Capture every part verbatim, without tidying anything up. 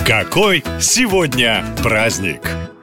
Какой сегодня праздник?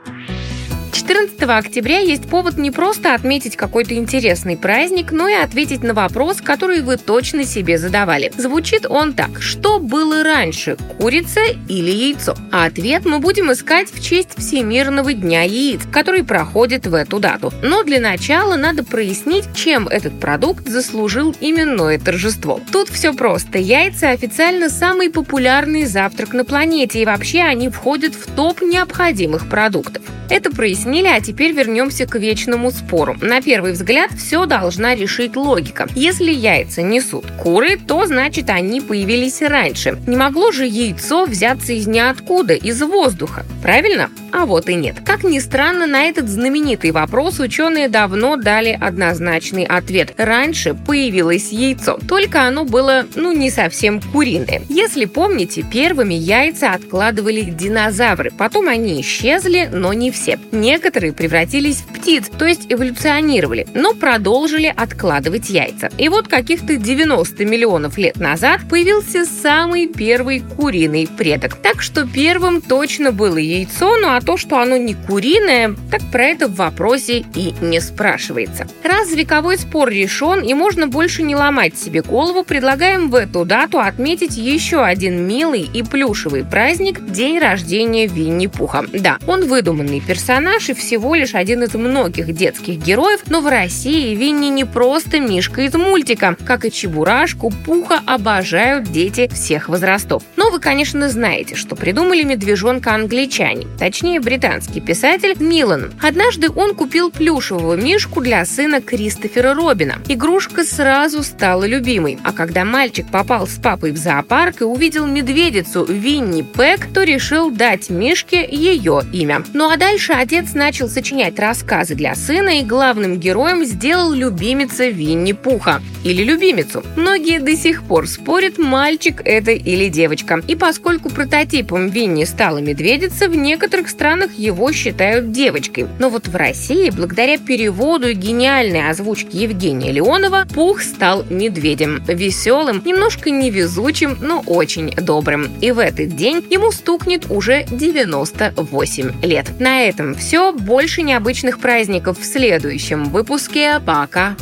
четырнадцатого октября есть повод не просто отметить какой-то интересный праздник, но и ответить на вопрос, который вы точно себе задавали. Звучит он так: что было раньше, курица или яйцо? А ответ мы будем искать в честь Всемирного дня яиц, который проходит в эту дату. Но для начала надо прояснить, чем этот продукт заслужил именное торжество. Тут все просто. Яйца официально самый популярный завтрак на планете, и вообще они входят в топ необходимых продуктов. Это прояснили, а теперь вернемся к вечному спору. На первый взгляд все должна решить логика. Если яйца несут куры, то значит они появились раньше. Не могло же яйцо взяться из ниоткуда, из воздуха, правильно? А вот и нет. Как ни странно, на этот знаменитый вопрос ученые давно дали однозначный ответ. Раньше появилось яйцо, только оно было, ну, не совсем куриное. Если помните, первыми яйца откладывали динозавры, потом они исчезли, но не все. Некоторые превратились в птиц, то есть эволюционировали, но продолжили откладывать яйца. И вот каких-то девяносто миллионов лет назад появился самый первый куриный предок. Так что первым точно было яйцо, ну а то, что оно не куриное, так про это в вопросе и не спрашивается. Раз вековой спор решен и можно больше не ломать себе голову, предлагаем в эту дату отметить еще один милый и плюшевый праздник – день рождения Винни-Пуха. Да, он выдуманный персонаж и всего лишь один из многих детских героев, но в России Винни не просто мишка из мультика. Как и Чебурашку, Пуха обожают дети всех возрастов. Но вы, конечно, знаете, что придумали медвежонка англичане, точнее британский писатель Милан. Однажды он купил плюшевого мишку для сына Кристофера Робина. Игрушка сразу стала любимой, а когда мальчик попал с папой в зоопарк и увидел медведицу Винни Пэг, то решил дать мишке ее имя. Ну а дальше отец начал сочинять рассказы для сына и главным героем сделал любимица Винни-Пуха. Или любимицу. Многие до сих пор спорят, мальчик это или девочка. И поскольку прототипом Винни стала медведица, в некоторых странах его считают девочкой. Но вот в России, благодаря переводу и гениальной озвучке Евгения Леонова, Пух стал медведем. Веселым, немножко невезучим, но очень добрым. И в этот день ему стукнет уже девяносто восемь лет. На этом все. Больше необычных праздников в следующем выпуске. Пока!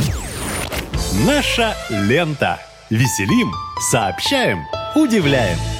Наша лента. Веселим, сообщаем, удивляем.